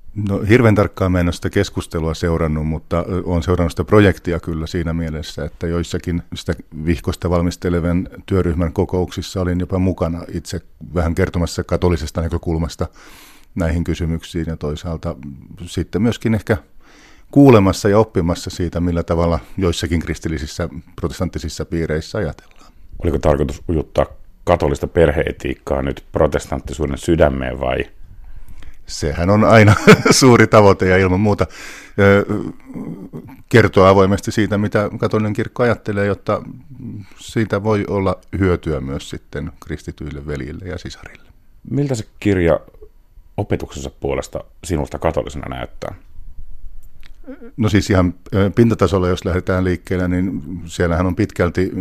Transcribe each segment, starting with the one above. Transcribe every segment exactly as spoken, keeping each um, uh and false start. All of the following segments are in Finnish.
No hirveän tarkkaan mä en ole sitä keskustelua seurannut, mutta olen seurannut sitä projektia kyllä siinä mielessä, että joissakin sitä vihkosta valmistelevan työryhmän kokouksissa olin jopa mukana itse vähän kertomassa katolisesta näkökulmasta näihin kysymyksiin ja toisaalta sitten myöskin ehkä kuulemassa ja oppimassa siitä, millä tavalla joissakin kristillisissä protestanttisissa piireissä ajatellaan. Oliko tarkoitus ujuttaa katolista perhe-etiikkaa nyt protestanttisuuden sydämeen vai? Sehän on aina suuri tavoite ja ilman muuta kertoa avoimesti siitä, mitä katolinen kirkko ajattelee, jotta siitä voi olla hyötyä myös sitten kristityille veljille ja sisarille. Miltä se kirja opetuksensa puolesta sinusta katolisena näyttää? No siis ihan pintatasolla, jos lähdetään liikkeelle, niin siellähän on pitkälti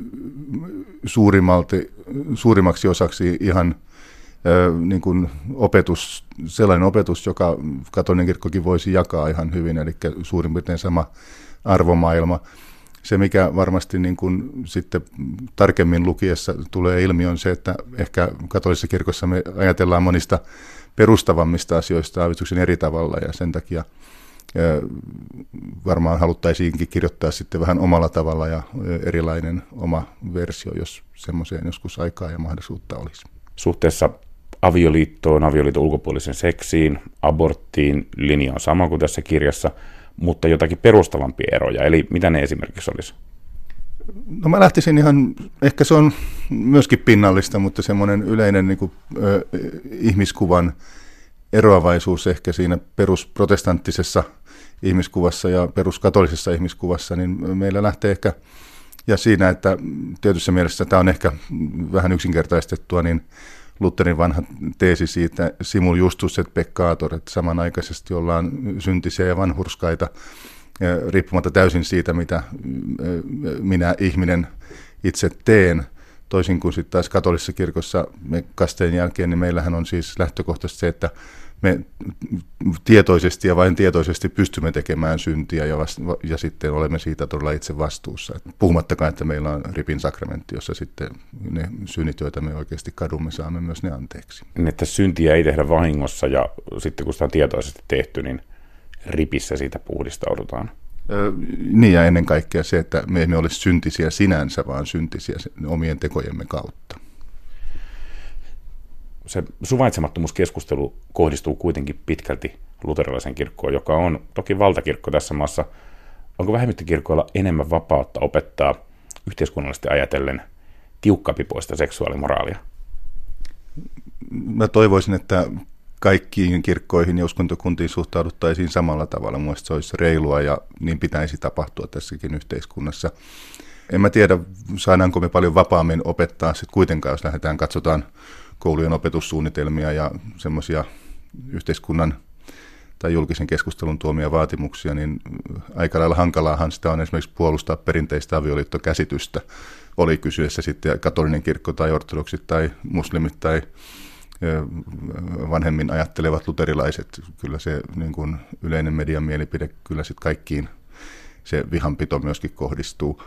suurimmalti, suurimmaksi osaksi ihan niin kuin opetus, sellainen opetus, joka katolinen kirkkokin voisi jakaa ihan hyvin, eli suurin piirtein sama arvomaailma. Se, mikä varmasti niin kuin sitten tarkemmin lukiessa tulee ilmi, on se, että ehkä katolisessa kirkossa me ajatellaan monista perustavammista asioista aavistuksen eri tavalla, ja sen takia varmaan haluttaisiinkin kirjoittaa sitten vähän omalla tavalla ja erilainen oma versio, jos semmoiseen joskus aikaa ja mahdollisuutta olisi. Suhteessa avioliittoon, avioliiton ulkopuolisen seksiin, aborttiin linja on sama kuin tässä kirjassa, mutta jotakin perustavampia eroja. Eli mitä ne esimerkiksi olisi? No mä lähtisin ihan, ehkä se on myöskin pinnallista, mutta semmoinen yleinen niin kuin, ö, ihmiskuvan eroavaisuus ehkä siinä perusprotestanttisessa ihmiskuvassa ja peruskatolisessa ihmiskuvassa, niin meillä lähtee ehkä, ja siinä, että tietyssä mielessä tämä on ehkä vähän yksinkertaistettua, niin Lutherin vanha teesi siitä simul justus et peccator, että samanaikaisesti ollaan syntisiä ja vanhurskaita, riippumatta täysin siitä, mitä minä ihminen itse teen. Toisin kuin sitten taas katolisessa kirkossa me kasteen jälkeen, niin meillähän on siis lähtökohtaisesti se, että me tietoisesti ja vain tietoisesti pystymme tekemään syntiä ja, vasta, ja sitten olemme siitä todella itse vastuussa. Puhumattakaan, että meillä on ripin sakramentti, jossa sitten ne synnit, joita me oikeasti kadumme, saamme myös ne anteeksi. Että syntiä ei tehdä vahingossa ja sitten kun sitä on tietoisesti tehty, niin ripissä siitä puhdistaudutaan. Öö, niin ja ennen kaikkea se, että me emme ole syntisiä sinänsä, vaan syntisiä omien tekojemme kautta. Se suvaitsemattomuuskeskustelu kohdistuu kuitenkin pitkälti luterilaisen kirkkoon, joka on toki valtakirkko tässä maassa. Onko vähemmistökirkoilla enemmän vapautta opettaa yhteiskunnallisesti ajatellen tiukkapipoista seksuaalimoraalia? Mä toivoisin, että kaikkiin kirkkoihin ja uskontokuntiin suhtauduttaisiin samalla tavalla. Mielestäni se olisi reilua ja niin pitäisi tapahtua tässäkin yhteiskunnassa. En mä tiedä, saadaanko me paljon vapaammin opettaa sitten kuitenkaan, jos lähdetään katsotaan koulujen opetussuunnitelmia ja semmoisia yhteiskunnan tai julkisen keskustelun tuomia vaatimuksia, niin aika lailla hankalaahan sitä on esimerkiksi puolustaa perinteistä avioliittokäsitystä. Oli kysyessä sitten katolinen kirkko tai ortodoksit tai muslimit tai vanhemmin ajattelevat luterilaiset. Kyllä se niin kuin yleinen median mielipide, kyllä sitten kaikkiin se vihanpito myöskin kohdistuu.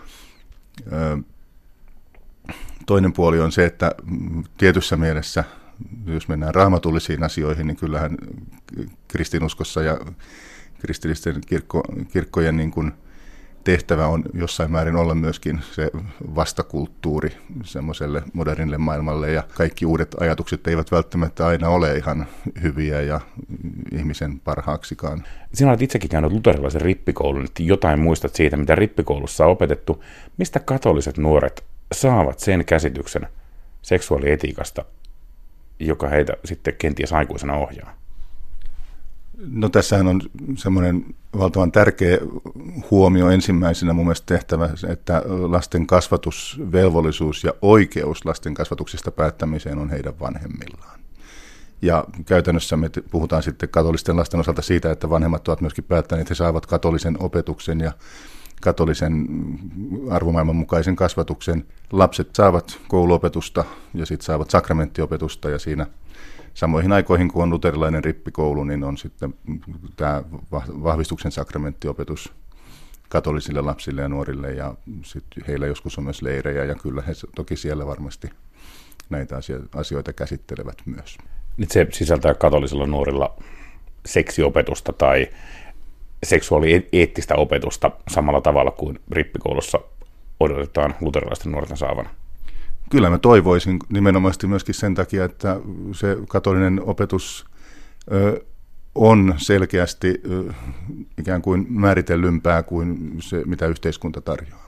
Toinen puoli on se, että tietyssä mielessä, jos mennään raamatullisiin asioihin, niin kyllähän kristinuskossa ja kristillisten kirkko, kirkkojen niin kuin tehtävä on jossain määrin olla myöskin se vastakulttuuri semmoiselle modernille maailmalle, ja kaikki uudet ajatukset eivät välttämättä aina ole ihan hyviä ja ihmisen parhaaksikaan. Sinä olet itsekin käynyt luterilaisen rippikoulun, että jotain muistat siitä, mitä rippikoulussa on opetettu. Mistä katoliset nuoret saavat sen käsityksen seksuaalietiikasta, joka heitä sitten kenties aikuisena ohjaa? No tässähän on semmoinen valtavan tärkeä huomio ensimmäisenä mun mielestä tehtävä, että lasten kasvatusvelvollisuus ja oikeus lasten kasvatuksesta päättämiseen on heidän vanhemmillaan. Ja käytännössä me puhutaan sitten katolisten lasten osalta siitä, että vanhemmat ovat myöskin päättäneet, että he saavat katolisen opetuksen ja katolisen arvomaailman mukaisen kasvatuksen. Lapset saavat kouluopetusta ja sitten saavat sakramenttiopetusta, ja siinä samoihin aikoihin, kun on luterilainen rippikoulu, niin on sitten tämä vahvistuksen sakramenttiopetus katolisille lapsille ja nuorille, ja sitten heillä joskus on myös leirejä, ja kyllä he toki siellä varmasti näitä asioita käsittelevät myös. Nyt se sisältää katolisilla nuorilla seksiopetusta tai seksuaalieettistä opetusta samalla tavalla kuin rippikoulussa odotetaan luterilaisten nuorten saavan? Kyllä mä toivoisin nimenomaan myöskin sen takia, että se katolinen opetus ö, on selkeästi ö, ikään kuin määritellympää kuin se, mitä yhteiskunta tarjoaa.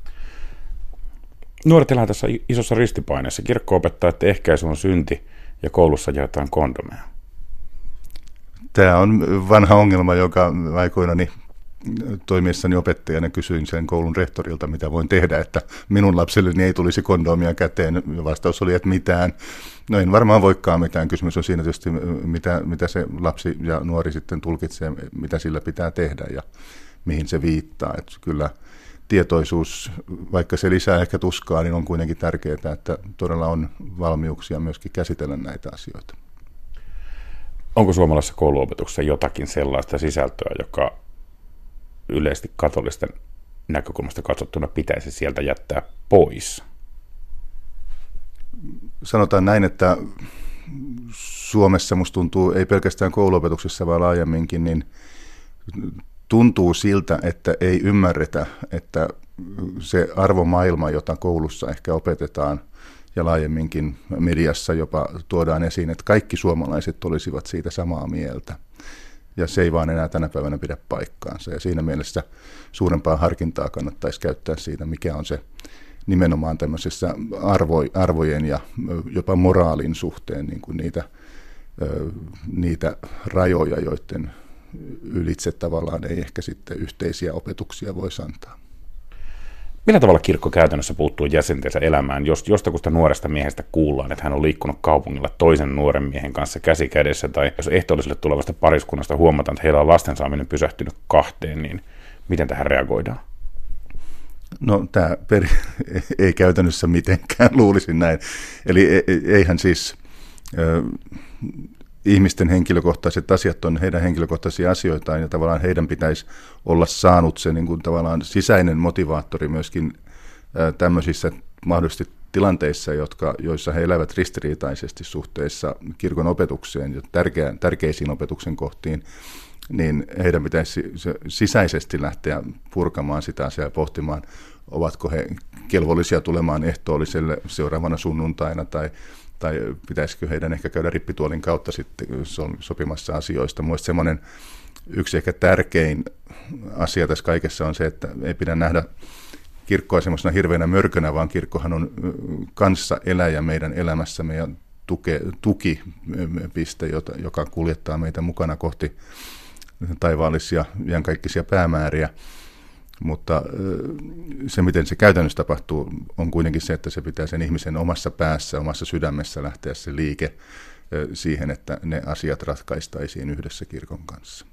Nuoret elää tässä isossa ristipaineessa. Kirkko opettaa, että ehkäisy on synti ja koulussa jaetaan kondomeja. Tämä on vanha ongelma, joka aikoinani toimiessani opettajana kysyin sen koulun rehtorilta, mitä voin tehdä, että minun lapselleni ei tulisi kondomia käteen. Vastaus oli, että mitään. No en varmaan voikaan mitään. Kysymys on siinä tietysti, mitä, mitä se lapsi ja nuori sitten tulkitsee, mitä sillä pitää tehdä ja mihin se viittaa. Että kyllä tietoisuus, vaikka se lisää ehkä tuskaa, niin on kuitenkin tärkeää, että todella on valmiuksia myöskin käsitellä näitä asioita. Onko suomalaisessa kouluopetuksessa jotakin sellaista sisältöä, joka yleisesti katolisten näkökulmasta katsottuna pitäisi sieltä jättää pois? Sanotaan näin, että Suomessa musta tuntuu, ei pelkästään kouluopetuksessa, vaan laajemminkin, niin tuntuu siltä, että ei ymmärretä, että se arvomaailma, jota koulussa ehkä opetetaan ja laajemminkin mediassa jopa tuodaan esiin, että kaikki suomalaiset olisivat siitä samaa mieltä. Ja se ei vaan enää tänä päivänä pidä paikkaansa. Ja siinä mielessä suurempaa harkintaa kannattaisi käyttää siitä, mikä on se nimenomaan tämmöisessä arvo, arvojen ja jopa moraalin suhteen niin kuin niitä, niitä rajoja, joiden ylitse tavallaan ei ehkä sitten yhteisiä opetuksia voisi antaa. Millä tavalla kirkko käytännössä puuttuu jäsentensä elämään, jos jostakusta nuoresta miehestä kuullaan, että hän on liikkunut kaupungilla toisen nuoren miehen kanssa käsi kädessä, tai jos ehtoolliselle tulevasta pariskunnasta huomataan, että heillä on lasten saaminen pysähtynyt kahteen, niin miten tähän reagoidaan? No tämä peri- ei käytännössä mitenkään, luulisin näin. Eli eihän siis ö, ihmisten henkilökohtaiset asiat on heidän henkilökohtaisia asioitaan, ja tavallaan heidän pitäisi olla saanut se niin kuin tavallaan sisäinen motivaattori myöskin ä, tämmöisissä mahdollisesti tilanteissa, jotka, joissa he elävät ristiriitaisesti suhteessa kirkon opetukseen ja tärkeä, tärkeisiin opetuksen kohtiin, niin heidän pitäisi sisäisesti lähteä purkamaan sitä asiaa ja pohtimaan, ovatko he kelvollisia tulemaan ehtoolliselle seuraavana sunnuntaina, tai, tai pitäisikö heidän ehkä käydä rippituolin kautta sitten sopimassa asioista. Mielestäni semmoinen yksi ehkä tärkein asia tässä kaikessa on se, että ei pidä nähdä kirkkoa semmoisena hirveänä mörkönä, vaan kirkkohan on kanssa eläjä meidän elämässämme ja tuke, tukipiste, joka kuljettaa meitä mukana kohti taivaallisia iankaikkisia päämääriä, mutta se, miten se käytännössä tapahtuu, on kuitenkin se, että se pitää sen ihmisen omassa päässä, omassa sydämessä lähteä se liike siihen, että ne asiat ratkaistaisiin yhdessä kirkon kanssa.